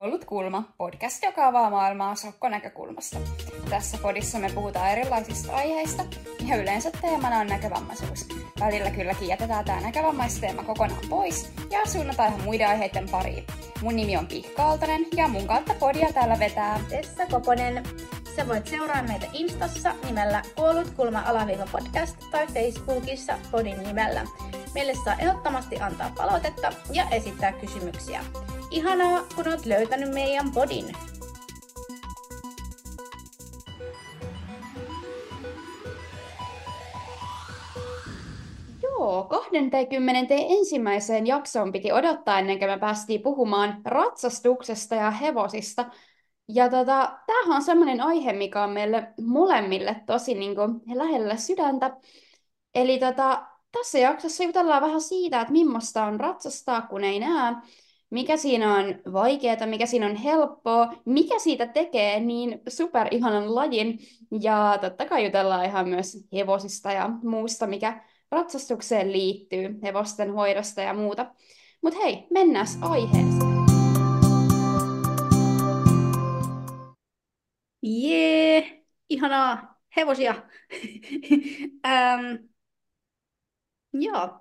Ollut kulma, podcast, joka avaa maailmaa sokkonäkökulmasta. Tässä podissa me puhutaan erilaisista aiheista ja yleensä teemana on näkövammaisuus. Välillä kylläkin jätetään tämä näkövammaisteema kokonaan pois ja suunnataan ihan muiden aiheiden pariin. Mun nimi on Pihka Aaltonen ja mun kautta podia täällä vetää Tessa Koponen. Sä voit seuraa meitä Instassa nimellä Kuollut kulma _podcast tai Facebookissa podin nimellä. Meille saa ehdottomasti antaa palautetta ja esittää kysymyksiä. Ihanaa, kun oot löytänyt meidän podin. Joo, 21. jaksoon piti odottaa ennen kuin me päästiin puhumaan ratsastuksesta ja hevosista. Ja tämähän on semmoinen aihe, mikä on meille molemmille tosi lähellä sydäntä. Eli tässä jaksossa jutellaan vähän siitä, että millaista on ratsastaa, kun ei näe, mikä siinä on vaikeaa, mikä siinä on helppoa, mikä siitä tekee niin superihanan lajin. Ja totta kai jutellaan ihan myös hevosista ja muusta, mikä ratsastukseen liittyy, hevosten hoidosta ja muuta. Mutta hei, mennään aiheeseen. Jee, ihanaa, hevosia. Joo.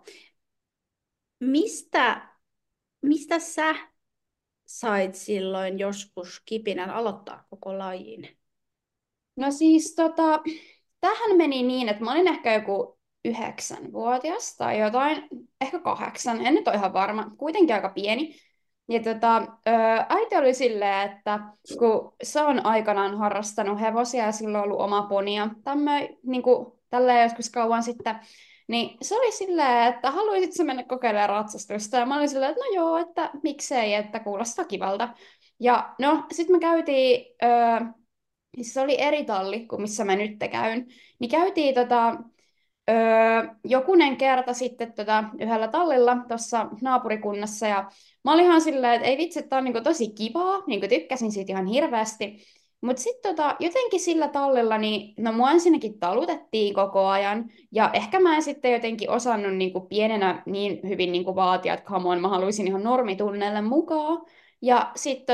Mistä sä sait silloin joskus kipinän aloittaa koko lajin? No siis tähän meni niin, että mä olin ehkä joku 9-vuotias tai jotain, ehkä 8, en nyt ole ihan varma, kuitenkin aika pieni. Ja äiti oli silleen, että kun se on aikanaan harrastanut hevosia ja sillä on ollut oma poni ja tälleen joskus kauan sitten, niin se oli silleen, että haluaisitko mennä kokeilemaan ratsastusta? Ja mä olin silleen, että no joo, että miksei, että kuulostaa kivalta. Ja no, sitten me käytiin, siis se oli eri talli kuin missä mä nyt käyn, niin käytiin jokunen kerta sitten yhdellä tallilla tuossa naapurikunnassa ja mä olin ihan silleen, että ei vitsi, tää on tosi kivaa, tykkäsin siitä ihan hirveästi. Mutta sitten jotenkin sillä tallilla, niin no mua ensinnäkin talutettiin koko ajan ja ehkä mä en sitten jotenkin osannut pienenä niin hyvin vaatia, että come on, mä haluaisin ihan normitunnelle mukaan. Ja sitten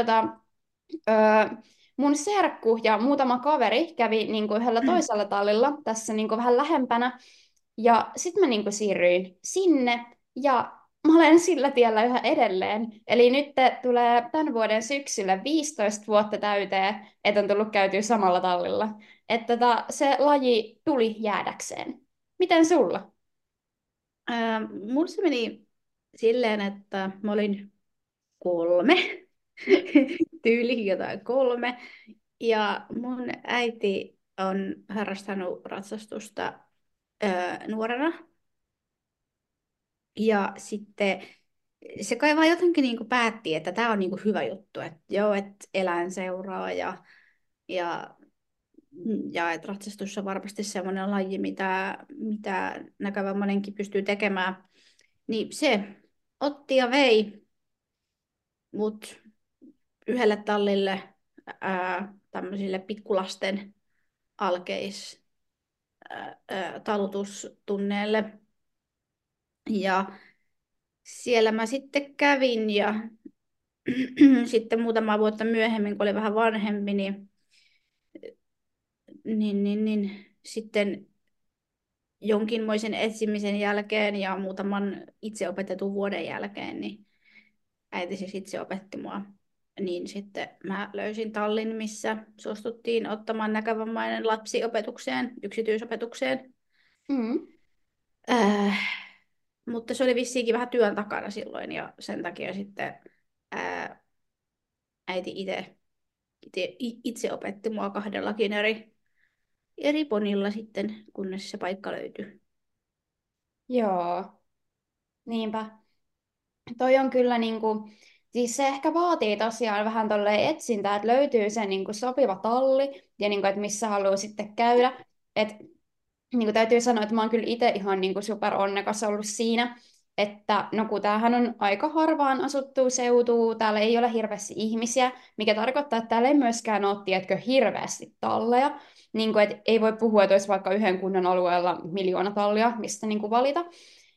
mun serkku ja muutama kaveri kävi yhdellä toisella tallilla tässä vähän lähempänä. Ja sitten mä siirryin sinne ja mä olen sillä tiellä yhä edelleen. Eli nyt tulee tämän vuoden syksyllä 15 vuotta täyteen, että on tullut käytyä samalla tallilla. Että se laji tuli jäädäkseen. Miten sulla? Mulla se meni silleen, että mä olin 3, tyyli jotain 3, ja mun äiti on harrastanut ratsastusta nuorena. Ja sitten se kai vaan jotenkin päätti, että tämä on hyvä juttu, että joo, että eläinseuraa ja, ja että ratsastus on varmasti semmoinen laji, mitä näkövammainenkin pystyy tekemään. Niin se otti ja vei mut yhdelle tallille tämmöisille pikkulasten talutustunneille. Ja siellä mä sitten kävin ja sitten muutama vuotta myöhemmin, kun olin vähän vanhempi, niin sitten jonkinmoisen etsimisen jälkeen ja muutaman itse opetetun vuoden jälkeen, niin äiti siis itse opetti mua. Niin sitten mä löysin tallin, missä suostuttiin ottamaan näkövammainen lapsi opetukseen, yksityisopetukseen. Mm. Mutta se oli vissiinkin vähän työn takana silloin ja sen takia sitten äiti itse opetti mua 2 eri ponilla sitten, kunnes se paikka löytyi. Joo, niinpä. Toi on kyllä siis se ehkä vaatii tosiaan vähän tolleen etsintää, että löytyy se sopiva talli ja että missä haluaa sitten käydä. Et täytyy sanoa, että mä oon kyllä itse ihan super onnekas ollut siinä, että no kun tämähän on aika harvaan asuttua seutua, täällä ei ole hirveästi ihmisiä, mikä tarkoittaa, että täällä ei myöskään ole, tiedätkö, hirveästi talleja. Että ei voi puhua, että olisi vaikka yhden kunnan alueella 1 000 000 tallia, mistä valita.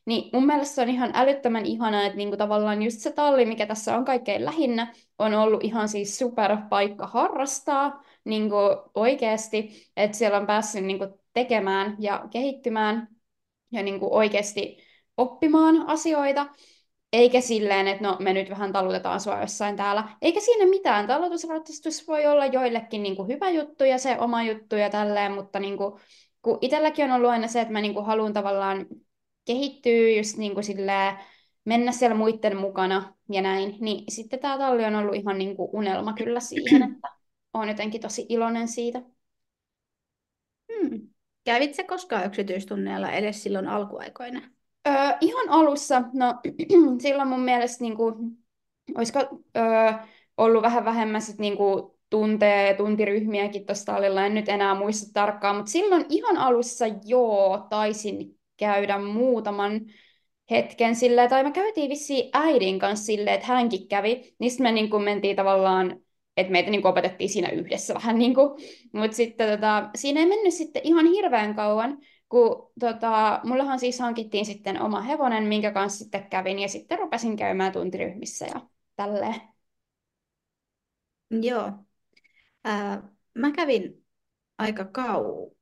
Niin mun mielestä se on ihan älyttömän ihanaa, että niinku tavallaan just se talli, mikä tässä on kaikkein lähinnä, on ollut ihan siis super paikka harrastaa niinku oikeasti, että siellä on päässyt niinku tekemään ja kehittymään ja niinku oikeasti oppimaan asioita. Eikä silleen, että no me nyt vähän talutetaan sua jossain täällä. Eikä siinä mitään. Talutusratsastus voi olla joillekin niin kuin hyvä juttu ja se oma juttu ja tälleen, mutta niin kuin, kun itselläkin on ollut aina se, että mä niin kuin haluan tavallaan kehittyä just niin kuin silleen, mennä siellä muiden mukana ja näin, niin sitten tämä talli on ollut ihan niin kuin unelma kyllä siihen, että olen jotenkin tosi iloinen siitä. Hmm. Kävit sä koskaan yksityistunneilla edes silloin alkuaikoina? Ihan alussa, no silloin mun mielestä niin kuin, olisiko ollut vähän vähemmän sit, niin kuin, tuntiryhmiäkin tuossa tallilla, en nyt enää muista tarkkaan, mutta silloin ihan alussa joo, taisin käydä muutaman hetken silleen, tai me käytiin vissiin äidin kanssa silleen, että hänkin kävi, niin sitten me niin kuin mentiin tavallaan, että meitä niin kuin opetettiin siinä yhdessä vähän niin kuin, mutta sitten siinä ei mennyt sitten ihan hirveän kauan, kun mullahan siis hankittiin sitten oma hevonen, minkä kanssa sitten kävin, ja sitten rupesin käymään tuntiryhmissä ja tälleen. Joo. Mä kävin aika kauan,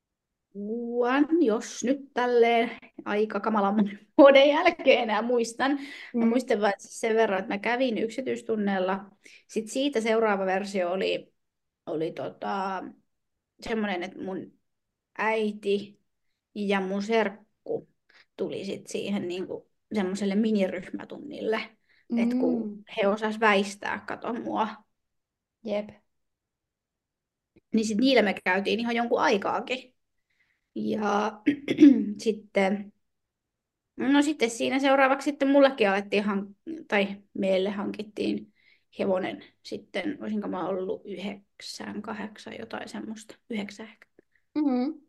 jos nyt tälleen aika kamalan monen vuoden jälkeen enää muistan. Mä Mm. muistan vain sen verran, että mä kävin yksityistunneilla. Sitten siitä seuraava versio oli semmoinen, että mun äiti ja mun serkku tuli sit siihen niinku semmoiselle miniryhmätunnille, että kun Mm. he osas väistää, kato mua, Jep. niin sit niillä me käytiin ihan jonkun aikaakin. Ja sitten, no sitten siinä seuraavaksi sitten mullekin alettiin, tai meille hankittiin hevonen sitten, olisinko mä ollut 9, 8, jotain semmoista, 9 ehkä. Mm.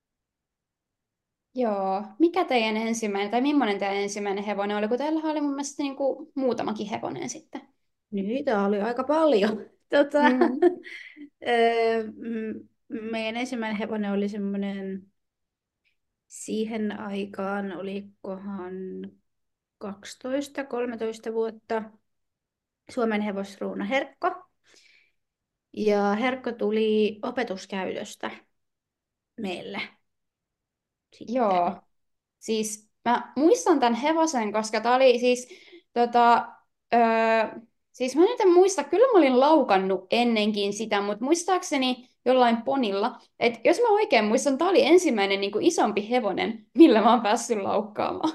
Joo. Mikä teidän ensimmäinen, tai millainen teidän ensimmäinen hevonen oli, kun teillä oli mun mielestä niin kuin muutamakin hevonen sitten? Niitä oli aika paljon. Mm. Meidän ensimmäinen hevonen oli semmoinen, siihen aikaan olikohan 12-13 vuotta, Suomen hevosruuna Herkko. Ja Herkko tuli opetuskäytöstä meille sitten. Joo. Siis mä muistan tämän hevosen, koska tää oli siis, tota, öö, siis mä nyt en muista, kyllä mä olin laukannut ennenkin sitä, mutta muistaakseni jollain ponilla, että jos mä oikein muistan, tää oli ensimmäinen niin kuin isompi hevonen, millä mä oon päässyt laukkaamaan.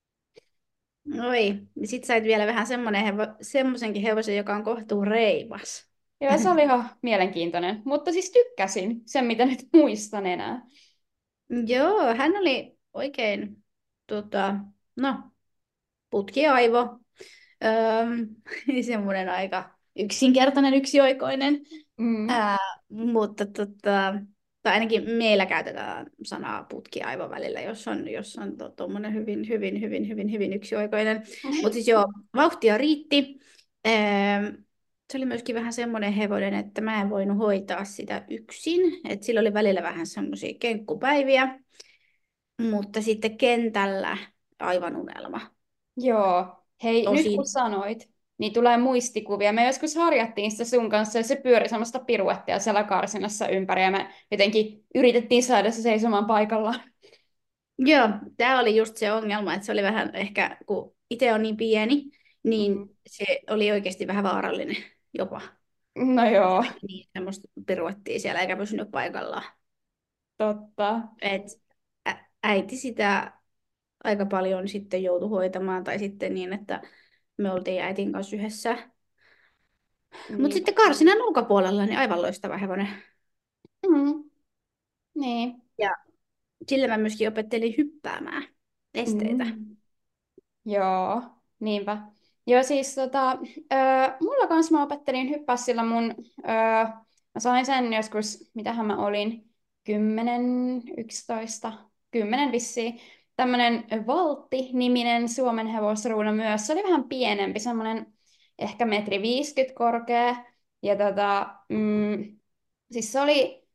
Oi, niin sit sait vielä vähän semmoisenkin hevosen, joka on kohtuu reipas. Joo, se oli ihan mielenkiintoinen, mutta siis tykkäsin sen, mitä nyt muistan enää. Joo, hän oli oikein, no, putkiaivo. Semmoinen aika yksinkertainen, yksioikoinen. Mm. Ää, mutta tai ainakin meillä käytetään sanaa putkiaivo välillä, jos on tuommoinen hyvin, hyvin, hyvin, hyvin, hyvin yksioikoinen. Mutta siis joo, vauhtia riitti. Se oli myöskin vähän semmoinen hevonen, että mä en voinut hoitaa sitä yksin. Et sillä oli välillä vähän semmoisia kenkkupäiviä, mutta sitten kentällä aivan unelma. Joo. Hei, nyt kun Tosin sanoit, niin tulee muistikuvia. Me joskus harjattiin sitä sun kanssa ja se pyöri semmoista piruettia siellä karsinassa ympäri ja me jotenkin yritettiin saada se seisomaan paikallaan. joo, tämä oli just se ongelma, että se oli vähän ehkä, kun itse on niin pieni, Mm. niin se oli oikeasti vähän vaarallinen jopa. No joo, Niin, semmoista piruettiin siellä eikä pysynyt paikallaan. totta. Et äiti sitä aika paljon sitten joutui hoitamaan, tai sitten niin, että me oltiin äitin kanssa yhdessä. Mutta Niinpä. sitten karsinan ulkopuolella, niin aivan loistava hevonen. Mm. Niin. Ja sillä mä myöskin opettelin hyppäämään esteitä. Mm. Joo, niinpä. Joo, siis mulla kanssa mä opettelin hyppää sillä mä sain sen joskus, mitähän mä olin, 10, 11, 10 vissiin. Tämmönen Valtti-niminen Suomen hevosruuna myös. Se oli vähän pienempi, semmoinen ehkä 1,50 m korkea. Ja siis se oli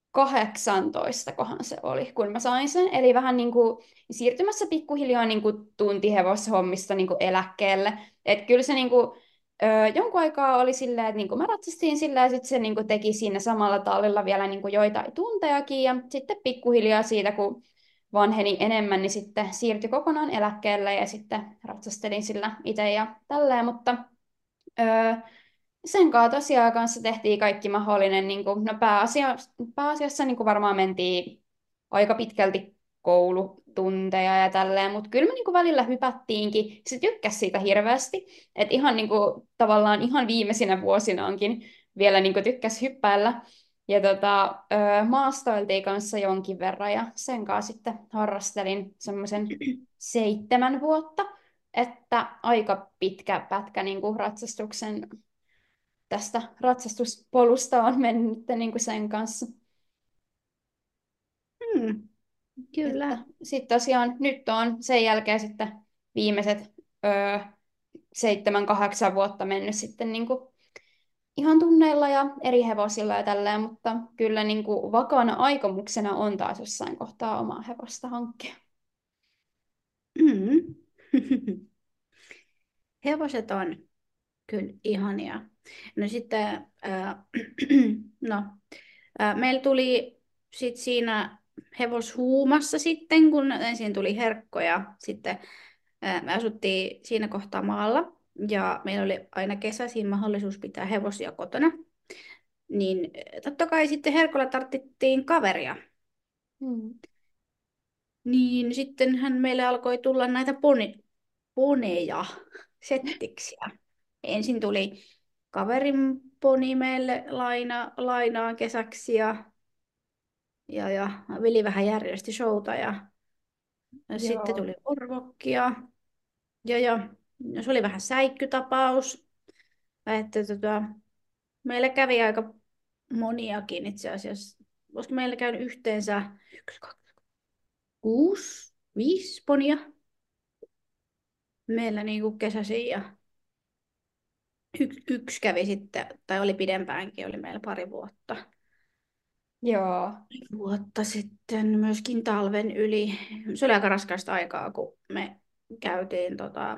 18 kohan se oli, kun mä sain sen. Eli vähän niin kuin siirtymässä pikkuhiljaa niin kuin tuntihevoshommista niin kuin eläkkeelle. Että kyllä se niin kuin, jonkun aikaa oli silleen, että niin kuin mä ratsastin silleen, ja sitten se niin kuin teki siinä samalla tallilla vielä niin kuin joitain tuntejakin. Ja sitten pikkuhiljaa siitä, kun vanheni enemmän, niin sitten siirtyi kokonaan eläkkeelle ja sitten ratsastelin sillä itse ja tälleen. Mutta öö, sen kanssa tosiaan kanssa tehtiin kaikki mahdollinen, niin kuin, no pääasiassa niin kuin varmaan mentiin aika pitkälti koulutunteja ja tälleen, mutta kyllä me niin kuin välillä hypättiinkin, se tykkäsi siitä hirveästi, että ihan niin kuin, tavallaan ihan viimeisinä vuosinaankin vielä niin kuin tykkäsi hyppäillä, ja maastoiltiin kanssa jonkin verran, ja sen kanssa sitten harrastelin semmoisen 7 vuotta, että aika pitkä pätkä niin kuin ratsastuksen tästä ratsastuspolusta on mennyt niin kuin sen kanssa. Hmm, Että kyllä. sitten tosiaan nyt on sen jälkeen sitten viimeiset 7-8 vuotta mennyt sitten niin kuin ihan tunneilla ja eri hevosilla ja tälleen, mutta kyllä niin kuin vakaana aikomuksena on taas jossain kohtaa omaa hevosta hankkia. Hmm. Hevoset on kyllä ihania. No sitten, no, meillä tuli sit siinä hevoshuumassa sitten, kun ensin tuli herkkoja, sitten me asuttiin siinä kohtaa maalla, ja meillä oli aina kesäisin mahdollisuus pitää hevosia kotona. Niin totta kai sitten herkolla tarvittiin kaveria. Mm. Niin sitten meille alkoi tulla näitä poneja, settiksiä. Ensin tuli kaverin poni meille lainaan kesäksi ja Vili vähän järjesti showta ja sitten Joo. tuli orvokkia ja no, se oli vähän säikkytapaus. Että meillä kävi aika moniakin itse asiassa. Olisiko meillä käynyt yhteensä 5 ponia meillä niinku kesäisin ja yksi kävi sitten, tai oli pidempäänkin, oli meillä pari vuotta. Joo. Vuotta sitten myöskin talven yli. Se oli aika raskasta aikaa, kun me käytiin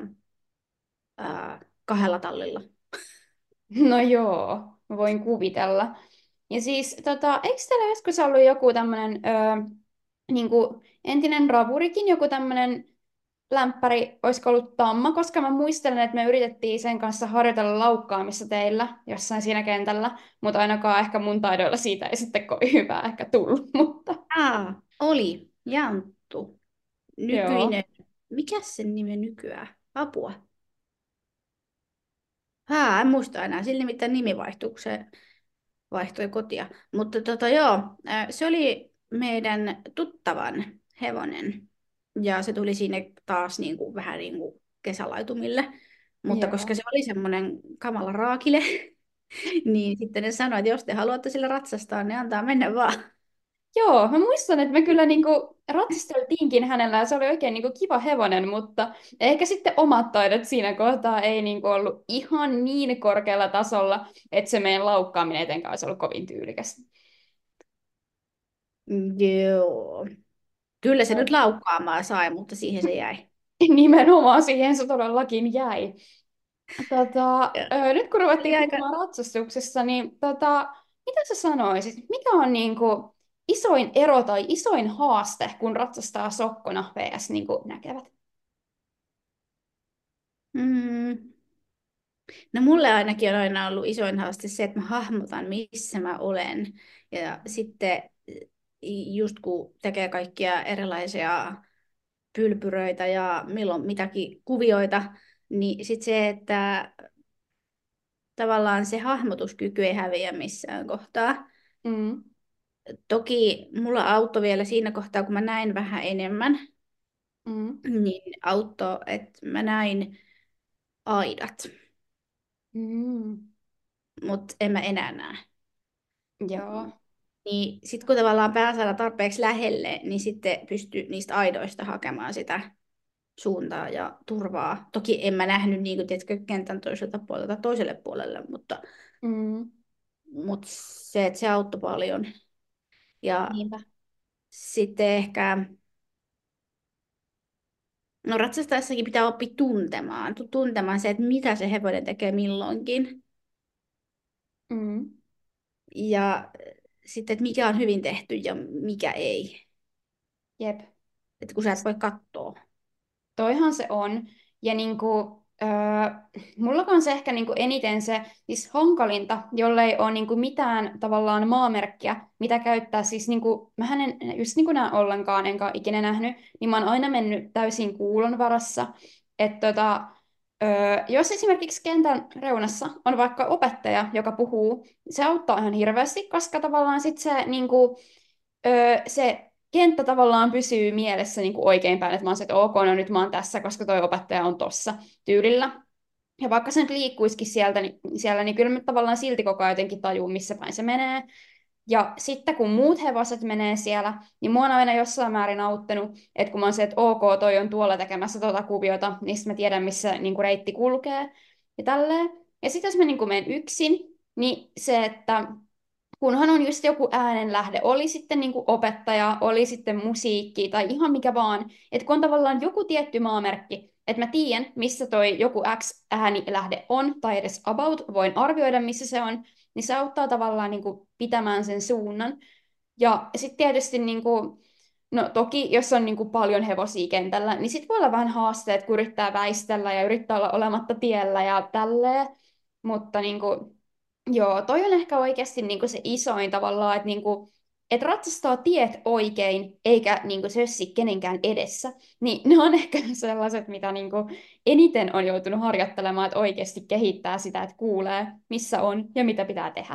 2 tallilla. No joo, mä voin kuvitella. Ja siis, eikö teillä joskus ollut joku tämmöinen niin kuin entinen ravurikin, joku tämmöinen lämpäri, olisiko ollut tamma, koska mä muistelen, että me yritettiin sen kanssa harjoitella laukkaamissa teillä jossain siinä kentällä, mutta ainakaan ehkä mun taidoilla siitä ei sitten kovin hyvää ehkä tullut, mutta Oli Janttu. joo, Nykyinen. Mikä sen nimi nykyään? Apua. En muista enää. Sillä nimittäin nimi vaihtui, kun se vaihtoi kotia. Mutta joo, se oli meidän tuttavan hevonen. Ja se tuli sinne taas niin kuin, vähän niin kuin kesälaitumille. Mutta koska joo. se oli semmoinen kamala raakile, niin sitten ne sanoivat, että jos te haluatte sillä ratsastaa, niin antaa mennä vaan. Joo, mä muistan, että me kyllä niinku ratsasteltiinkin hänellä ja se oli oikein niinku kiva hevonen, mutta ehkä sitten omat taidot siinä kohtaa ei niinku ollut ihan niin korkealla tasolla, että se meidän laukkaaminen etenkään olisi ollut kovin tyylikäs. Joo. Kyllä se nyt Joo. laukkaamaan sai, mutta siihen se jäi. Nimenomaan siihen se todellakin jäi. Ja Nyt kun se oli ruvettiin aika... puhumaan ratsastuksessa, niin mitä sä sanoisit? Mikä on niinku isoin ero tai isoin haaste, kun ratsastaa sokkona vs. Niinku näkevät? Mm. No mulle ainakin on aina ollut isoin haaste se, että mä hahmotan, missä mä olen. Ja sitten just kun tekee kaikkia erilaisia pylpyröitä ja milloin mitäkin kuvioita, niin sitten se, että tavallaan se hahmotuskyky ei häviä missään kohtaa. Mm, Toki mulla auttoi vielä siinä kohtaa, kun mä näin vähän enemmän, mm, niin auttoi, että mä näin aidat, mm. mutta en mä enää näe. Joo. Niin sitten kun tavallaan pää saada tarpeeksi lähelle, niin sitten pystyy niistä aidoista hakemaan sitä suuntaa ja turvaa. Toki en mä nähnyt niin kuin, tiedätkö, kentän toiselta puolelta toiselle puolelle, mutta Mm. se, että se auttoi paljon. Ja Niinpä. sitten ehkä, no ratsastaessakin pitää oppia tuntemaan se, että mitä se hevonen tekee milloinkin. Mm. Ja sitten, että mikä on hyvin tehty ja mikä ei. Jep. Että kun sä et voi katsoa. Toihan se on. Ja niinku, mulla on se ehkä niinku eniten se siis hankalinta, jollei ole niinku mitään tavallaan maamerkkiä, mitä käyttää. Siis niinku, mähän en just niinku näe ollenkaan, enkä ole ikinä nähnyt, niin mä oon aina mennyt täysin kuulon varassa. Että jos esimerkiksi kentän reunassa on vaikka opettaja, joka puhuu, se auttaa ihan hirveästi, koska tavallaan sit se, niinku, se kenttä tavallaan pysyy mielessä niin kuin oikein päin, että mä oon se, että ok, no nyt mä oon tässä, koska toi opettaja on tossa tyylillä. Ja vaikka se nyt liikkuisikin siellä, niin kyllä mä tavallaan silti koko ajan jotenkin tajuu, missä päin se menee. Ja sitten kun muut hevoset menee siellä, niin mua on aina jossain määrin auttanut, että kun mä oon se, että ok, toi on tuolla tekemässä tuota kuviota, niin sitten mä tiedän, missä niin kuin reitti kulkee ja tälleen. Ja sitten jos mä niin kuin menen yksin, niin se, että kunhan on just joku äänenlähde, oli sitten niin kuin opettaja, oli sitten musiikki tai ihan mikä vaan, että kun on tavallaan joku tietty maamerkki, että mä tiedän, missä toi joku X äänilähde on, tai edes about, voin arvioida, missä se on, niin se auttaa tavallaan niin kuin pitämään sen suunnan. Ja sitten tietysti, niin kuin, no toki jos on niin kuin paljon hevosia kentällä, niin sitten voi olla vähän haasteet, kun yrittää väistellä ja yrittää olla olematta tiellä ja tälleen, mutta niin kuin, joo, toi on ehkä oikeasti niinku se isoin tavallaan, että niinku, et ratsastaa tiet oikein, eikä niinku sössi kenenkään edessä. Niin ne on ehkä sellaiset, mitä niinku eniten on joutunut harjoittelemaan, että oikeasti kehittää sitä, että kuulee, missä on ja mitä pitää tehdä.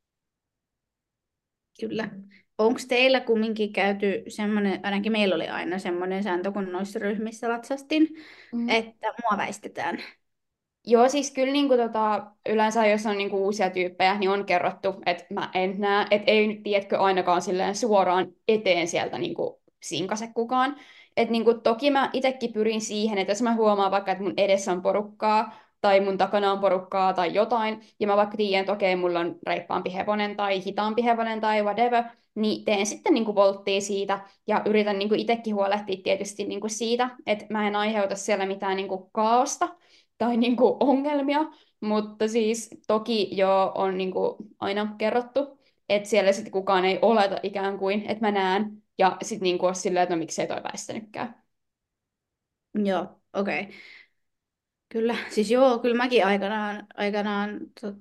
Kyllä. Onko teillä kumminkin käyty semmoinen, ainakin meillä oli aina semmoinen sääntö, kun noissa ryhmissä ratsastin, Mm. että mua väistetään. Joo, siis kyllä niin kuin, yleensä jos on niin kuin, uusia tyyppejä, niin on kerrottu, että mä en näe, että ei nyt tiedätkö ainakaan silleen suoraan eteen sieltä niin kuin, sinkase kukaan. Et, niin kuin, toki mä itsekin pyrin siihen, että jos mä huomaan vaikka, että mun edessä on porukkaa, tai mun takana on porukkaa tai jotain, ja mä vaikka tiedän, että okei, mulla on reippaampi hevonen tai hitaampi hevonen tai whatever, niin teen sitten niin kuin volttia siitä, ja yritän niin kuin itsekin huolehtia tietysti niin kuin siitä, että mä en aiheuta siellä mitään niin kuin kaaosta, tai niinku ongelmia, mutta siis toki jo on niinku aina kerrottu, että siellä sitten kukaan ei oleta ikään kuin, että mä näen, ja sitten niinku ole silleen, että no miksei toi väistänytkään. Joo, okei. Okay. Kyllä, siis joo, kyllä mäkin aikanaan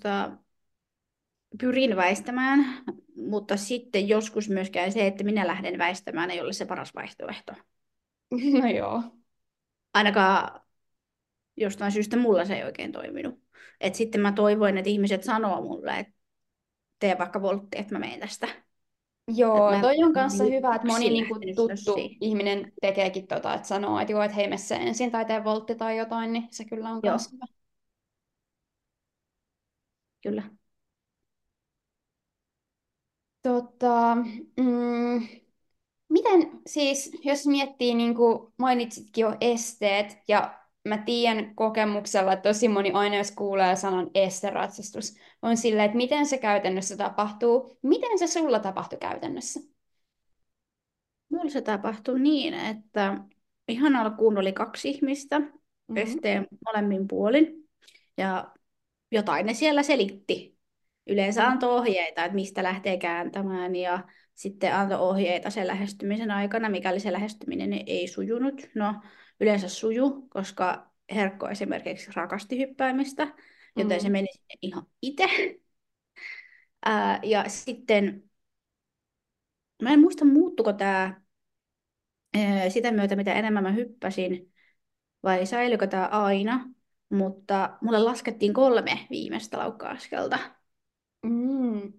pyrin väistämään, mutta sitten joskus myöskään se, että minä lähden väistämään, ei ole se paras vaihtoehto. No joo. Ainakaan jostain syystä mulla se ei oikein toiminut. Et sitten mä toivoin, että ihmiset sanoo mulle, että tee vaikka voltti, että mä menen tästä. Et Joo, mä en toi on kanssa niin hyvä, että moni yksin niinku lähtenyt tuttu sössiin. ihminen tekeekin tota, että sanoo, että joo, että hei, mene se ensin tai tee voltti tai jotain, niin se kyllä on Joo, kanssa hyvä. kyllä. Tota, mm, miten siis, jos miettii, niin kuin mainitsitkin jo esteet, ja mä tiedän kokemuksella, että tosi moni aina, jos kuulee sanan esteratsastus, on silleen, että miten se käytännössä tapahtuu. Miten se sulla tapahtui käytännössä? Mulla se tapahtui niin, että ihan alkuun oli kaksi ihmistä Mm. esteen molemmin puolin. Ja jotain ne siellä selitti. Yleensä Mm. antoi ohjeita, että mistä lähtee kääntämään ja sitten antoi ohjeita sen lähestymisen aikana, mikäli se lähestyminen ei sujunut. No, yleensä suju, koska Herkko esimerkiksi rakasti hyppäämistä, joten se Mm. meni sinne ihan itse. Ja sitten, mä en muista muuttuko tämä sitä myötä, mitä enemmän mä hyppäsin, vai säilykö tämä aina, mutta mulle laskettiin 3 viimeistä laukka-askelta. Mm.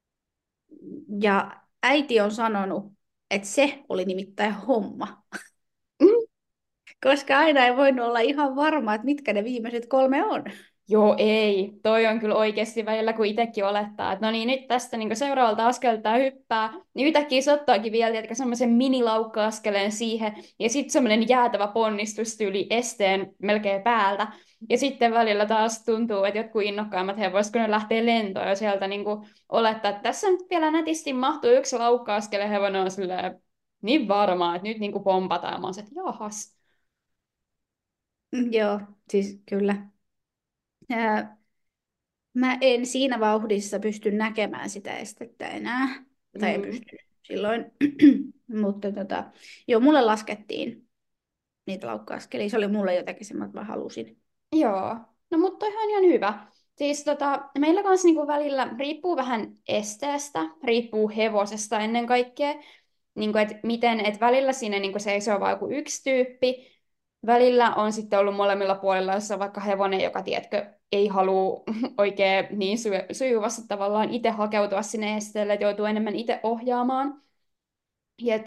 Ja äiti on sanonut, että se oli nimittäin homma, Mm. koska aina ei voinut olla ihan varma, että mitkä ne viimeiset 3 on. Joo, ei. Toi on kyllä oikeasti välillä, kun itsekin olettaa, että no niin, nyt tästä niin seuraavalta askelta hyppää, niin yhtäkkiä se ottaakin vielä tiedätkö, semmoisen minilaukka-askeleen siihen, ja sitten semmoinen jäätävä ponnistus yli esteen melkein päältä. Ja sitten välillä taas tuntuu, että jotkut innokkaimmat he voisiko ne lähteä lentoon ja sieltä niin olettaa, että tässä nyt vielä nätisti mahtuu yksi laukka-askeleen, hevonen on silleen, niin varmaa, että nyt niin pompataan. Mä oon se, että jahas. Joo, siis kyllä. Ää, Mä en siinä vauhdissa pysty näkemään sitä estettä enää. Tai en Mm. pysty silloin. Mutta joo, mulle laskettiin niitä laukka-askelia. Se oli mulle jotenkin semmoinen, että mä halusin. Joo, no mutta toihan on ihan hyvä. Siis meillä kanssa niinku välillä riippuu vähän esteestä, riippuu hevosesta ennen kaikkea. Niinku, että miten, et välillä siinä niinku seisoo vain joku yksi tyyppi. Välillä on sitten ollut molemmilla puolilla, jossa on vaikka hevonen, joka tiedätkö, ei halua oikein niin sujuvasti tavallaan itse hakeutua sinne esteelle, että joutuu enemmän itse ohjaamaan. Ja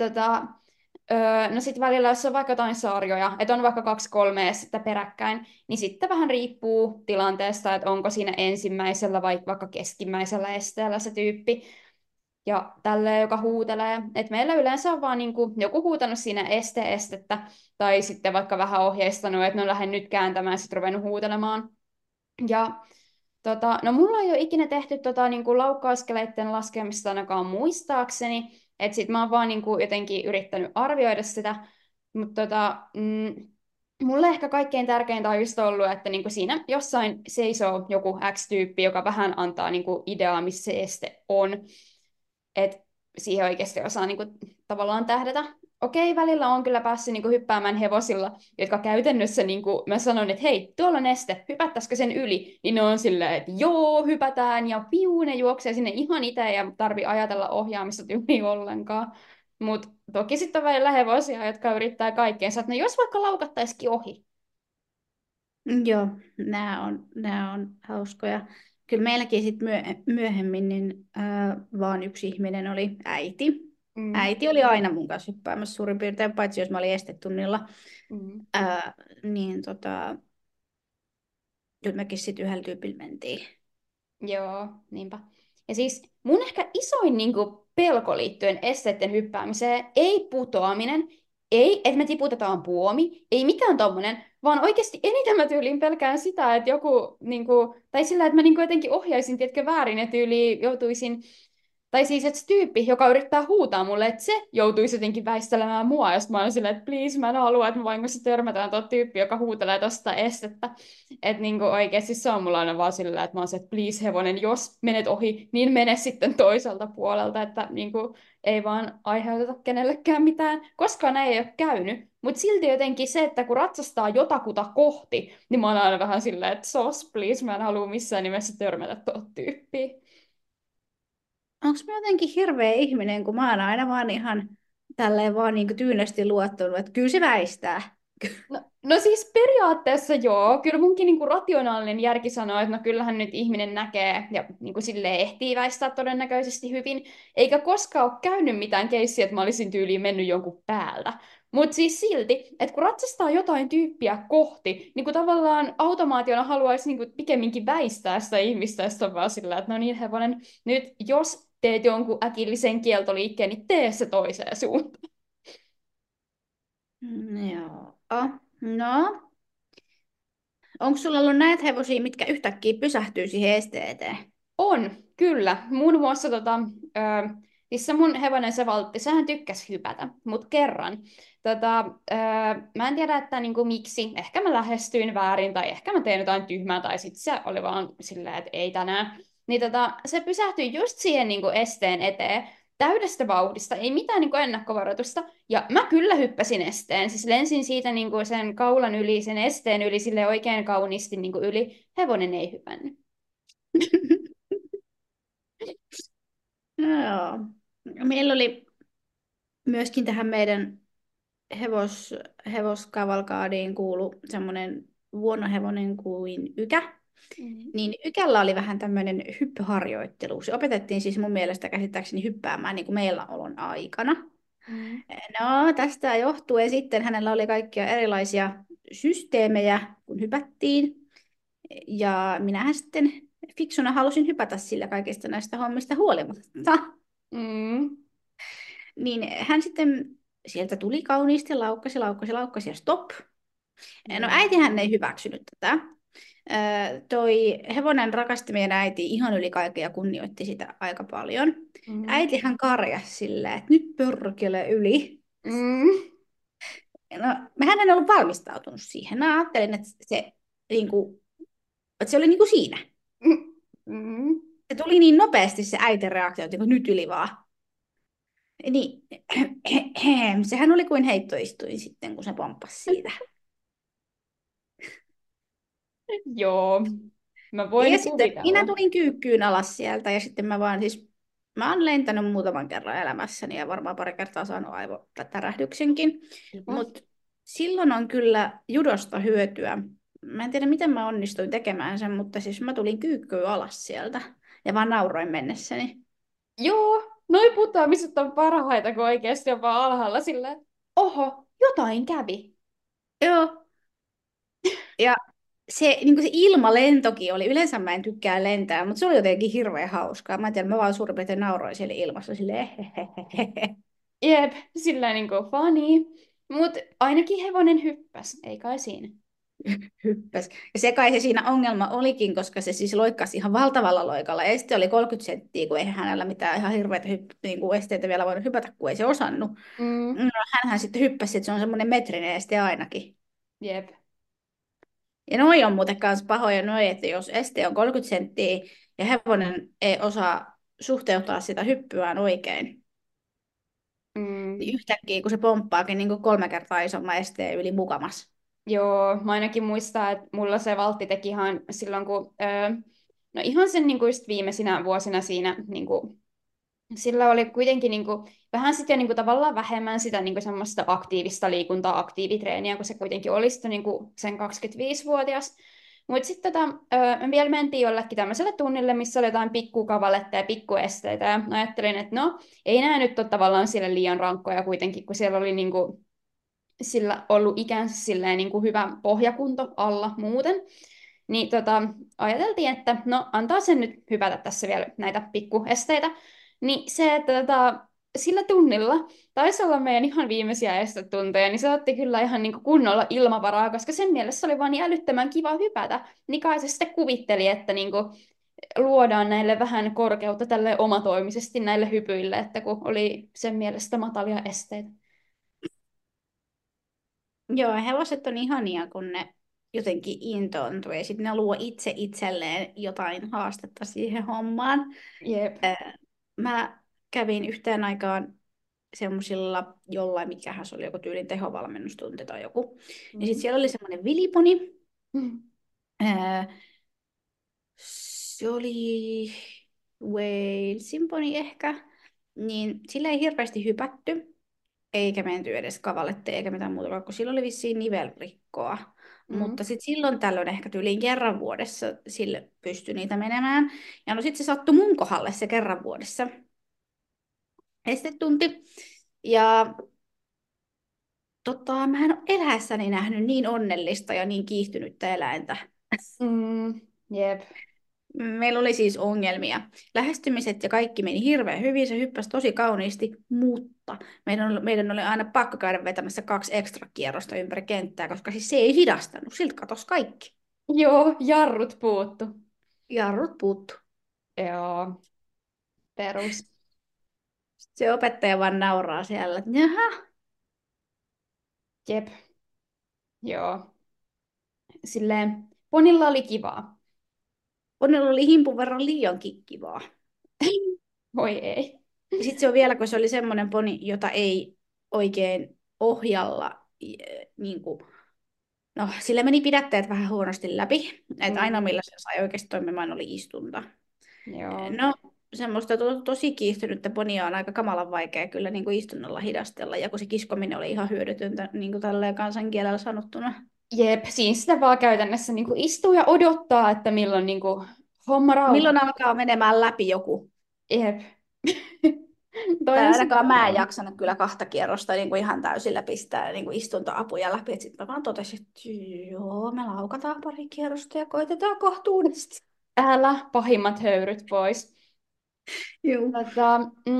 no sitten välillä, jos on vaikka jotain sarjoja, että on vaikka kaksi kolmea sitten peräkkäin, niin sitten vähän riippuu tilanteesta, että onko siinä ensimmäisellä vai vaikka keskimmäisellä esteellä se tyyppi. Ja tälleen, joka huutelee. Et meillä yleensä on vaan niinku joku huutanut siinä estettä, tai sitten vaikka vähän ohjeistanut, että no lähden nyt kääntämään, sitten ruvennut huutelemaan. Ja no mulla ei ole ikinä tehty niinku laukka-askeleiden laskemista ainakaan muistaakseni, että sit mä oon vaan niinku jotenkin yrittänyt arvioida sitä, mutta mulle ehkä kaikkein tärkeintä on just ollut, että niinku siinä jossain seisoo joku X-tyyppi, joka vähän antaa niinku ideaa, missä se este on, että siihen oikeasti osaa niinku tavallaan tähdätä. Okei, välillä on kyllä päässyt niinku hyppäämään hevosilla, jotka käytännössä, niinku, mä sanon, että hei, tuolla on este, hypättäisikö sen yli? Niin ne on silleen, että joo, hypätään, ja piu, ne juoksee sinne ihan itse, ja tarvii ajatella ohjaamista tyyliin ollenkaan. Mutta toki sitten on välillä hevosia, jotka yrittää kaikkeensa, että no jos vaikka laukattaisikin ohi. Joo, nämä on hauskoja. Kyllä meilläkin sit myöhemmin niin, vaan yksi ihminen oli äiti. Mm, Äiti oli aina mun kanssa hyppäämässä suurin piirtein, paitsi jos mä olin estetunnilla. mm. Niin kyllä mekin sitten yhdellä tyypillä mentiin. Joo, niinpä. Ja siis mun ehkä isoin pelko liittyen esteiden hyppäämiseen, ei putoaminen, ei, että me tiputetaan puomi, ei mikään tommonen, vaan oikeasti eniten mä tyyliin pelkään sitä, että joku, tai sillä, että mä jotenkin ohjaisin, tiedätkö, väärin, että tyyliin joutuisin tai siis, että se tyyppi, joka yrittää huutaa mulle, että se joutuisi jotenkin väistelemään mua, jos mä oon silleen, että please, mä en halua, että me vahingossa törmätään tuo tyyppi, joka huutelee tosta estettä. Että oikeasti se on mulla aina vaan silleen, että mä oon se, että please hevonen, jos menet ohi, niin mene sitten toiselta puolelta, että ei vaan aiheuteta kenellekään mitään. Koskaan näin ei ole käynyt. Mutta silti jotenkin se, että kun ratsastaa jotakuta kohti, niin mä oon aina vähän silleen, että sos, please, mä en halua missään nimessä törmätä tuota tyyppiä. Onko mä jotenkin hirveä ihminen, kun mä oon aina vaan ihan tälleen vaan niin tyynesti luottanut, että kyllä se väistää. No siis periaatteessa joo. Kyllä munkin rationaalinen järki sanoo, että no kyllähän nyt ihminen näkee ja silleen ehtii väistää todennäköisesti hyvin. Eikä koskaan ole käynyt mitään keissiä, että mä olisin tyyliin mennyt jonkun päältä. Mutta siis silti, että kun ratsastaa jotain tyyppiä kohti, niin kuin tavallaan automaationa haluaisi pikemminkin väistää sitä ihmistä, ja sitten on vaan sillä, että no niin hevonen, nyt jos teet jonkun äkillisen kieltoliikkeen, niin tee se toiseen suuntaan. Joo. No, onko sulla ollut näitä hevosia, mitkä yhtäkkiä pysähtyy siihen esteeteen? On, kyllä. Muun muassa siis se mun hevonen se Valtti, sehän tykkäsi hypätä, mutta kerran. Mä en tiedä, että miksi. Ehkä mä lähestyin väärin tai ehkä mä tein jotain tyhmää tai sitten se oli vaan silleen, että ei tänään. Niin se pysähtyi just siihen esteen eteen täydestä vauhdista, ei mitään ennakkovaroitusta. Ja mä kyllä hyppäsin esteen, siis lensin siitä sen kaulan yli, sen esteen yli, sille oikein kauniisti yli. Hevonen ei hypännyt. Joo. Meillä oli myöskin tähän meidän hevoskavalkaadiin kuulu semmoinen vuonohevonen kuin Ykä. Mm. Niin Ykällä oli vähän tämmöinen hyppyharjoittelu. Se opetettiin siis mun mielestä käsittääkseni hyppäämään niin kuin meillä olon aikana. Mm. No, tästä johtuen sitten hänellä oli kaikkia erilaisia systeemejä, kun hypättiin. Ja minähän sitten fiksuna halusin hypätä sillä kaikista näistä hommista huolimatta. Mm. Niin hän sitten sieltä tuli kauniisti, laukkasi, laukkasi, laukkasi ja stop. No äitihän ei hyväksynyt tätä. Toi hevonen rakasti meidän äiti ihan yli kaiken ja kunnioitti sitä aika paljon. Mm. Äitihän karjasi silleen, että nyt pörkele yli. Mm. No, mehän en ollut valmistautunut siihen. Mä ajattelin, että se oli niin kuin siinä. Mm. Se tuli niin nopeasti se äitin reaktio, että niin nyt yli vaan. Niin, sehän oli kuin heittoistuin sitten, kun se pomppasi siitä. Joo, mä Ja voin sitten minä kuvitella. tulin kyykkyyn alas sieltä ja sitten mä oon lentänyt muutaman kerran elämässäni ja varmaan pari kertaa saanut aivotärähdyksenkin. Kiva. Mutta silloin on kyllä judosta hyötyä. Mä en tiedä, miten mä onnistuin tekemään sen, mutta siis mä tulin kyykkyyn alas sieltä ja vaan nauroin mennessäni. Joo, noi putoamiset on parhaita, kun oikeasti on vaan alhaalla silleen, oho, jotain kävi. Joo, ja se ilmalentokin oli, yleensä mä en tykkää lentää, mutta se oli jotenkin hirveän hauskaa. Mä en tiedä, mä vaan suurin piirtein nauroin siellä ilmassa silleen, Jep, sillä niin kuin funny. Mut ainakin hevonen hyppäs, ei kai siinä. hyppäs. Ja se kai se siinä ongelma olikin, koska se siis loikkasi ihan valtavalla loikalla. Este oli 30 senttiä, kun eihän hänellä mitään ihan hirveitä niin kuin esteitä vielä voinut hypätä, kun ei se osannut. Mm, No, hänhän sitten hyppäsi, että se on semmoinen metrinen este ainakin. jep. Ja noi on muuten myös pahoja noi, että jos este on 30 senttiä ja hevonen ei osaa suhteuttaa sitä hyppyään oikein, niin Mm, yhtäkkiä kun se pomppaakin niin kuin 3 kertaa isomman esteen yli mukamas. joo, mä ainakin muistan, että mulla se valtti teki ihan silloin, kun, no ihan sen niin kuin just viimeisinä vuosina siinä, niin kuin, sillä oli kuitenkin niin kuin, vähän sitten jo niin kuin, tavallaan vähemmän sitä niin kuin, semmoista aktiivista liikuntaa, aktiivitreeniä, kun se kuitenkin oli sitten niin kuin, sen 25-vuotias. Mutta sitten me vielä mentiin jollekin tämmöiselle tunnille, missä oli jotain pikkukavaletta ja pikkuesteitä. Ja ajattelin, että no, ei nämä nyt ole tavallaan sille liian rankkoja kuitenkin, kun siellä oli niinku, sillä ollut ikänsä silleen niinku hyvä pohjakunto alla muuten. Niin ajateltiin, että no antaa sen nyt hypätä tässä vielä näitä pikkuesteitä. Niin se, että sillä tunnilla taisi olla meidän ihan viimeisiä estetunteja, niin se otti kyllä ihan niin kuin kunnolla ilmavaraa, koska sen mielessä oli vaan niin älyttömän kiva hypätä. Niin kai se sitten kuvitteli, että niin kuin luodaan näille vähän korkeutta tälle omatoimisesti näille hypyille, että kun oli sen mielestä matalia esteitä. Joo, hevoset on ihania, kun ne jotenkin intoontuu ja sitten ne luo itse itselleen jotain haastetta siihen hommaan. Jep. Mä kävin yhteen aikaan semmoisilla jollain, mikähän se oli, joku tyylin tehovalmennustunti tai joku. Ja sitten Mm. siellä oli semmoinen viliponi. Mm. Ää, Se oli Walesin poni ehkä. Niin sillä ei hirveästi hypätty, eikä menty edes kavalette eikä mitään muuta, kun sillä oli vissiin nivelrikkoa. Mm. Mutta sitten silloin tällöin ehkä tyyliin kerran vuodessa sille pystyi niitä menemään. Ja no sitten se sattui mun kohdalle se kerran vuodessa estetunti. Ja mä en ole eläessäni nähnyt niin onnellista ja niin kiihtynyttä eläintä. Mm. Jep. Meillä oli siis ongelmia. Lähestymiset ja kaikki meni hirveän hyvin, se hyppäsi tosi kauniisti, mutta meidän oli aina pakko käydä vetämässä 2 ekstra kierrosta ympäri kenttää, koska siis se ei hidastanut, siltä katosi kaikki. Joo, jarrut puuttu. Jarrut puuttu. Joo, perus. Se opettaja vaan nauraa siellä, että jaha, Jep. Joo. Silleen, ponilla oli kivaa. onnella oli himpun verran liiankin kivaa. Voi ei. Ja sitten se on vielä, kun se oli semmoinen poni, jota ei oikein ohjalla niin kuin. No, sillä meni pidätteet vähän huonosti läpi. Että ainoa, Mm. millä se sai oikeasti toimimaan, oli istunta. Joo. No, semmoista tosi kiihtynyttä ponia on aika kamalan vaikea kyllä niin kuin istunnolla hidastella. Ja kun se kiskominen oli ihan hyödytöntä, niin kuin tälleen kansankielellä sanottuna. Jep, siinä sitä vaan käytännössä niin kuin istuu ja odottaa, että milloin niin kuin homma Milloin rauhoittuu. alkaa menemään läpi joku? Jep. Toi Tai on ainakaan mä en semmoinen. jaksanut kyllä kahta kierrosta niin kuin ihan täysillä pistää niin kuin istuntoapuja läpi. Sitten mä vaan totesin, että joo, me laukataan pari kierrosta ja koitetaan kohtuudesta. Älä pahimmat höyryt pois. Joo. Tota,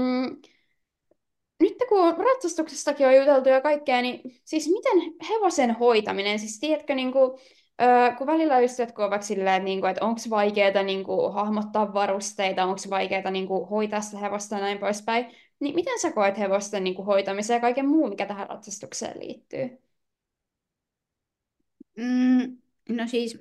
nyt kun ratsastuksestakin on juteltu ja kaikkea, niin siis miten hevosen hoitaminen, siis tiedätkö, niin kuin, kun välillä just jotkut ovat silleen, että, niin kuin, että onko vaikeaa niin kuin, hahmottaa varusteita, onko vaikeaa niin kuin, hoitaa sitä hevosta ja näin poispäin, niin miten sä koet hevosten niin kuin, hoitamisen ja kaiken muu, mikä tähän ratsastukseen liittyy? No siis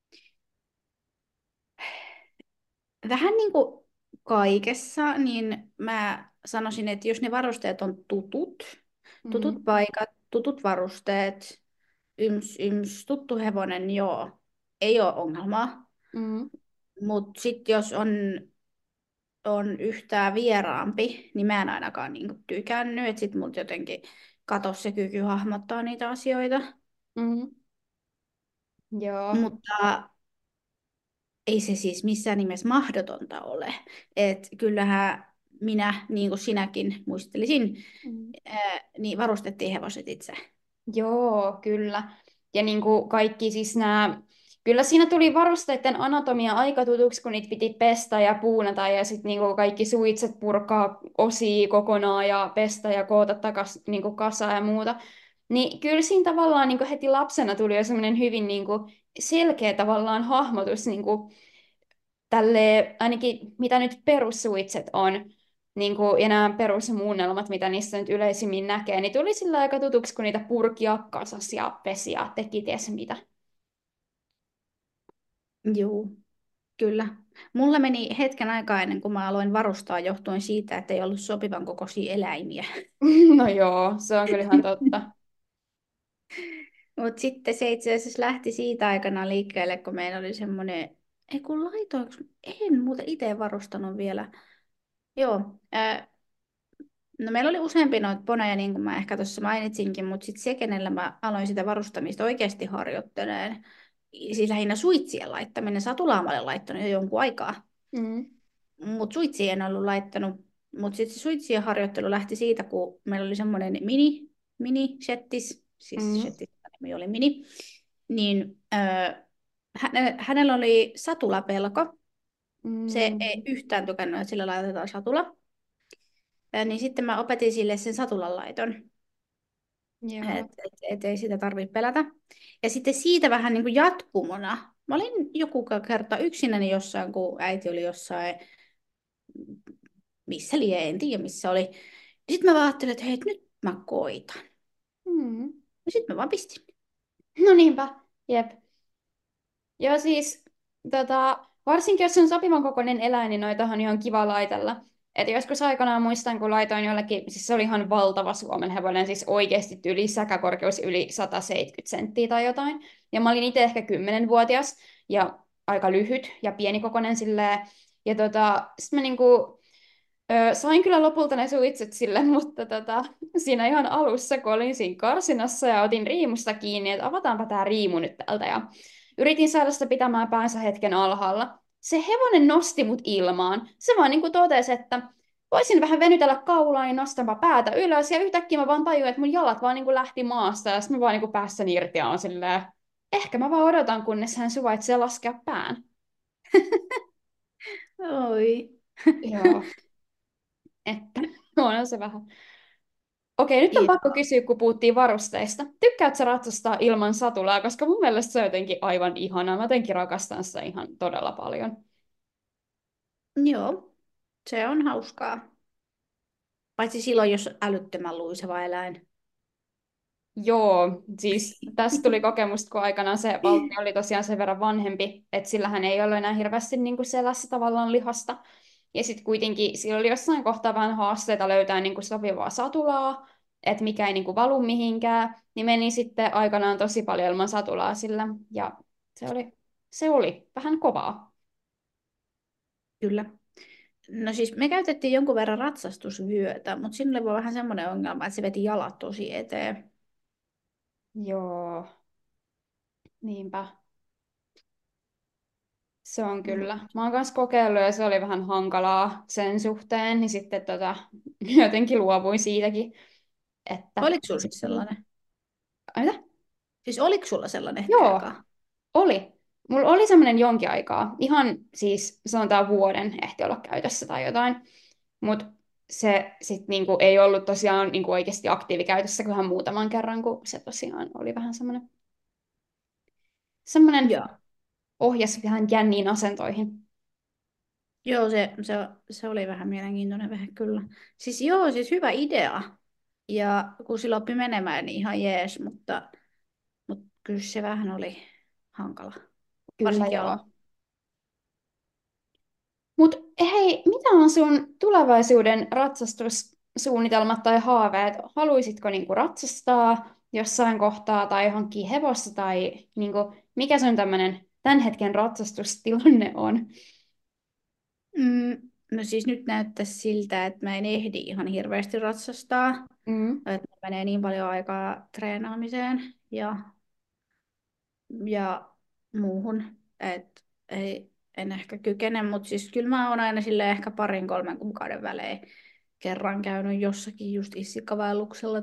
vähän niin kuin kaikessa, niin mä sanoisin, että jos ne varusteet on tutut Mm, paikat, tutut varusteet, tuttu hevonen, joo, ei ole ongelmaa. mm, Mutta sitten jos on yhtään vieraampi, niin mä en ainakaan niinku tykännyt, että sit multa jotenkin katosi se kyky hahmottaa niitä asioita. mm, joo. Mutta ei se siis missään nimessä mahdotonta ole. Et kyllähän minä, niin kuin sinäkin muistelisin, Mm. niin varustettiin hevoset itse. Joo, kyllä. Ja niin kuin kaikki siis nämä, kyllä siinä tuli varusteiden anatomia aika tutuksi, kun niitä piti pestä ja puunata ja sitten niin kuin kaikki suitset purkaa osia kokonaan ja pestä ja koota takas niin kuin kasaan ja muuta. Niin kyllä siinä tavallaan niin kuin heti lapsena tuli jo semmoinen hyvin niin kuin selkeä tavallaan hahmotus niin kuin tälle, ainakin mitä nyt perussuitset on, niin kuin, ja nämä perusmuunnelmat, mitä niissä nyt yleisimmin näkee, niin tuli sillä aika tutuksi, kun niitä purkia kasas ja pesi ja teki ties mitä. Joo, kyllä. Mulla meni hetken aikaa ennen kuin mä aloin varustaa johtuen siitä, että ei ollut sopivan kokoisia eläimiä. No joo, se on kyllä ihan totta. Mutta sitten se itse asiassa lähti siitä aikana liikkeelle, kun meillä oli semmoinen, ei kun laitoinko, en muuten itse varustanut vielä. Joo, no meillä oli useampi noita poneja, niin kuin mä ehkä tuossa mainitsinkin, mutta sitten se, kenellä mä aloin sitä varustamista oikeasti harjoitteleen, siis lähinnä suitsien laittaminen, satulaan mä olen laittanut jo jonkun aikaa, Mm, mutta suitsia en ollut laittanut. Mutta sitten se suitsien harjoittelu lähti siitä, kun meillä oli semmoinen mini-shettis, siis se mm, shettis nimi oli mini, niin hänellä oli satulapelko. Se ei mm, yhtään tykännyt, että sillä laitetaan satula. Niin sitten mä opetin sille sen satulan laiton. joo. Et ei sitä tarvitse pelätä. Ja sitten siitä vähän niin kuin jatkumona. Mä olin joku kerta yksinäni jossain, kun äiti oli jossain, missä lie, en tiedä missä oli. Sitten mä vaan ajattelin, että hei, nyt mä koitan. Mm. Ja sitten mä vaan pistin. No niinpä, jep. Joo, siis varsinkin jos on sopivan kokoinen eläin, niin noitahan on ihan kiva laitella. Et joskus aikanaan muistan, kun laitoin jollekin, siis se oli ihan valtava Suomen hevonen, siis oikeasti yli säkäkorkeus yli 170 senttiä tai jotain. Ja mä olin itse ehkä 10-vuotias ja aika lyhyt ja pienikokoinen silleen. Ja sitten mä niinku, sain kyllä lopulta ne suitset sille, mutta siinä ihan alussa, kun olin siinä karsinassa ja otin riimusta kiinni, että avataanpa tämä riimu nyt täältä. Ja yritin saada sitä pitämään päänsä hetken alhaalla. Se hevonen nosti mut ilmaan. Se vaan niin kuin totesi, että voisin vähän venytellä kaulaa, niin nostanpa päätä ylös. Ja yhtäkkiä mä vaan tajuin, että mun jalat vaan niin kuin lähti maasta. Ja sitten mä vaan niin kuin päässäni irti ja on silleen, ehkä mä vaan odotan, kunnes hän suvaitsee laskea pään. Oi. Joo, että on se vähän. Okei, nyt on pakko Joo. kysyä, kun puhuttiin varusteista. Tykkäätkö sä ratsastaa ilman satulaa? Koska mun mielestä se on jotenkin aivan ihanaa. Mä jotenkin rakastan sitä ihan todella paljon. Joo, se on hauskaa. Paitsi silloin, jos on älyttömän luiseva eläin. Joo, siis tästä tuli kokemusta, kun aikanaan se valtti oli tosiaan sen verran vanhempi, että sillähän ei ollut enää hirveästi niin kuin selässä tavallaan lihasta. Ja sitten kuitenkin sillä oli jossain kohtaa vähän haasteita löytää niin kuin sopivaa satulaa, että mikä ei niin kuin valu mihinkään, niin meni sitten aikanaan tosi paljon ilman satulaa sillä. Ja se oli vähän kovaa. Kyllä. No siis me käytettiin jonkun verran ratsastusvyötä, mutta siinä oli vaan vähän semmoinen ongelma, että se veti jalat tosi eteen. Joo, niinpä. Se on kyllä. Mut Mä oon kanssa kokeillut ja se oli vähän hankalaa sen suhteen, niin sitten jotenkin luovuin siitäkin, että oliko ei sulla se siis ollut. sellainen? Ai mitä? Siis oliko sulla sellainen hetken Joo, aikaa? oli. Mulla oli semmoinen jonkin aikaa, ihan siis sanotaan vuoden ehti olla käytössä tai jotain, mutta se sitten niinku ei ollut tosiaan niinku oikeasti aktiivikäytössä kuin muutaman kerran, kun se tosiaan oli vähän semmoinen Joo. ohjas vähän jänniin asentoihin. Joo, se oli vähän mielenkiintoinen vähän kyllä. Siis joo, siis hyvä idea. Ja kun sillä oppi menemään, niin ihan jees, mutta kyllä se vähän oli hankala. Kyllä Varsinkin joo. alussa. Mutta hei, mitä on sun tulevaisuuden ratsastussuunnitelmat tai haaveet? Haluaisitko niinku ratsastaa jossain kohtaa tai hankkia hevosta tai niinku, mikä sun tämmöinen tämän hetken ratsastustilanne on? No siis nyt näyttäisi siltä, että mä en ehdi ihan hirveästi ratsastaa. Mm, Että menee niin paljon aikaa treenaamiseen ja muuhun, että en ehkä kykene, mutta siis kyllä mä oon aina sille ehkä 2-3 kuukauden välein kerran käynyt jossakin just issikkavaelluksella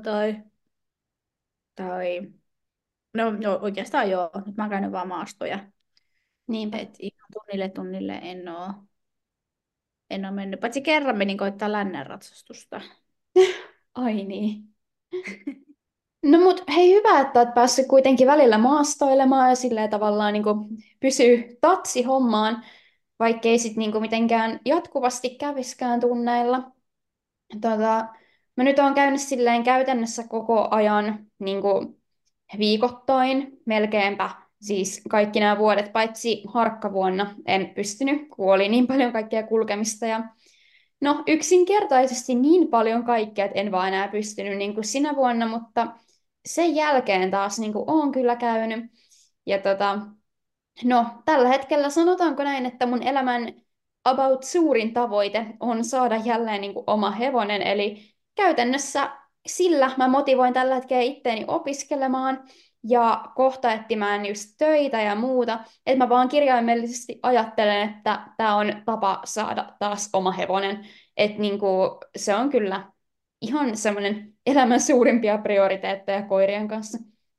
tai no oikeastaan joo, nyt mä oon käynyt vaan maastoja, niinpä. että ihan tunnille en oo mennyt, paitsi kerran menin koittaa lännen ratsastusta. Ai niin. No mut hei, hyvä, että oot päässyt kuitenkin välillä maastoilemaan ja silleen tavallaan niinku pysyy tatsi hommaan, vaikkei sit niinku mitenkään jatkuvasti käviskään tunneilla. Tota, mä nyt oon käynyt silleen käytännössä koko ajan niinku viikoittain, melkeinpä siis kaikki nämä vuodet, paitsi harkkavuonna en pystynyt, kun oli niin paljon kaikkea kulkemista ja no yksinkertaisesti niin paljon kaikkea, että en vaan enää pystynyt niin kuin sinä vuonna, mutta sen jälkeen taas niin kuin olen kyllä käynyt. Ja no tällä hetkellä sanotaanko näin, että mun elämän about suurin tavoite on saada jälleen niin kuin oma hevonen, eli käytännössä sillä mä motivoin tällä hetkellä itteeni opiskelemaan ja kohta etsimään just töitä ja muuta, että mä vaan kirjaimellisesti ajattelen, että tämä on tapa saada taas oma hevonen, että niin kuin, se on kyllä ihan semmoinen elämän suurimpia prioriteetteja koirien kanssa.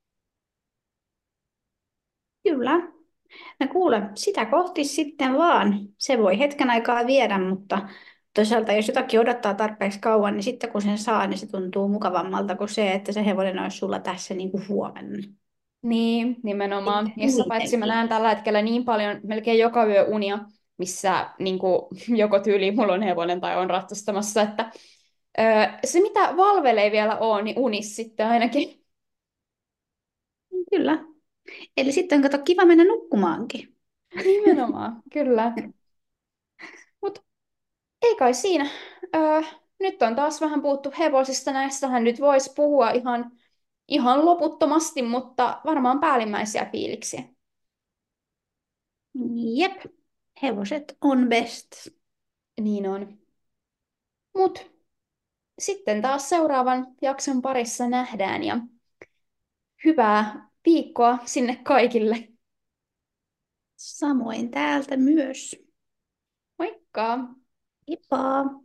Kyllä. No kuule, sitä kohti sitten vaan. Se voi hetken aikaa viedä, mutta toisaalta jos jotakin odottaa tarpeeksi kauan, niin sitten kun sen saa, niin se tuntuu mukavammalta kuin se, että se hevonen olisi sulla tässä niin kuin huomenna. Niin, nimenomaan. Sitten Ja sitä paitsi mä kuitenkin. näen tällä hetkellä niin paljon, melkein joka yö unia, missä niin kuin, joko tyyli mulla on hevonen tai on ratsastamassa, että se mitä Valvelle ei vielä ole, niin unis sitten ainakin. Kyllä. Eli sitten on kato kiva mennä nukkumaankin. Nimenomaan, kyllä. Mutta ei kai siinä. Öö, Nyt on taas vähän puhuttu hevosista, näistähän nyt voisi puhua ihan loputtomasti, mutta varmaan päällimmäisiä fiiliksiä. Jep, hevoset on best. Niin on. Mut sitten taas seuraavan jakson parissa nähdään ja hyvää viikkoa sinne kaikille. Samoin täältä myös. Moikka! Heippa!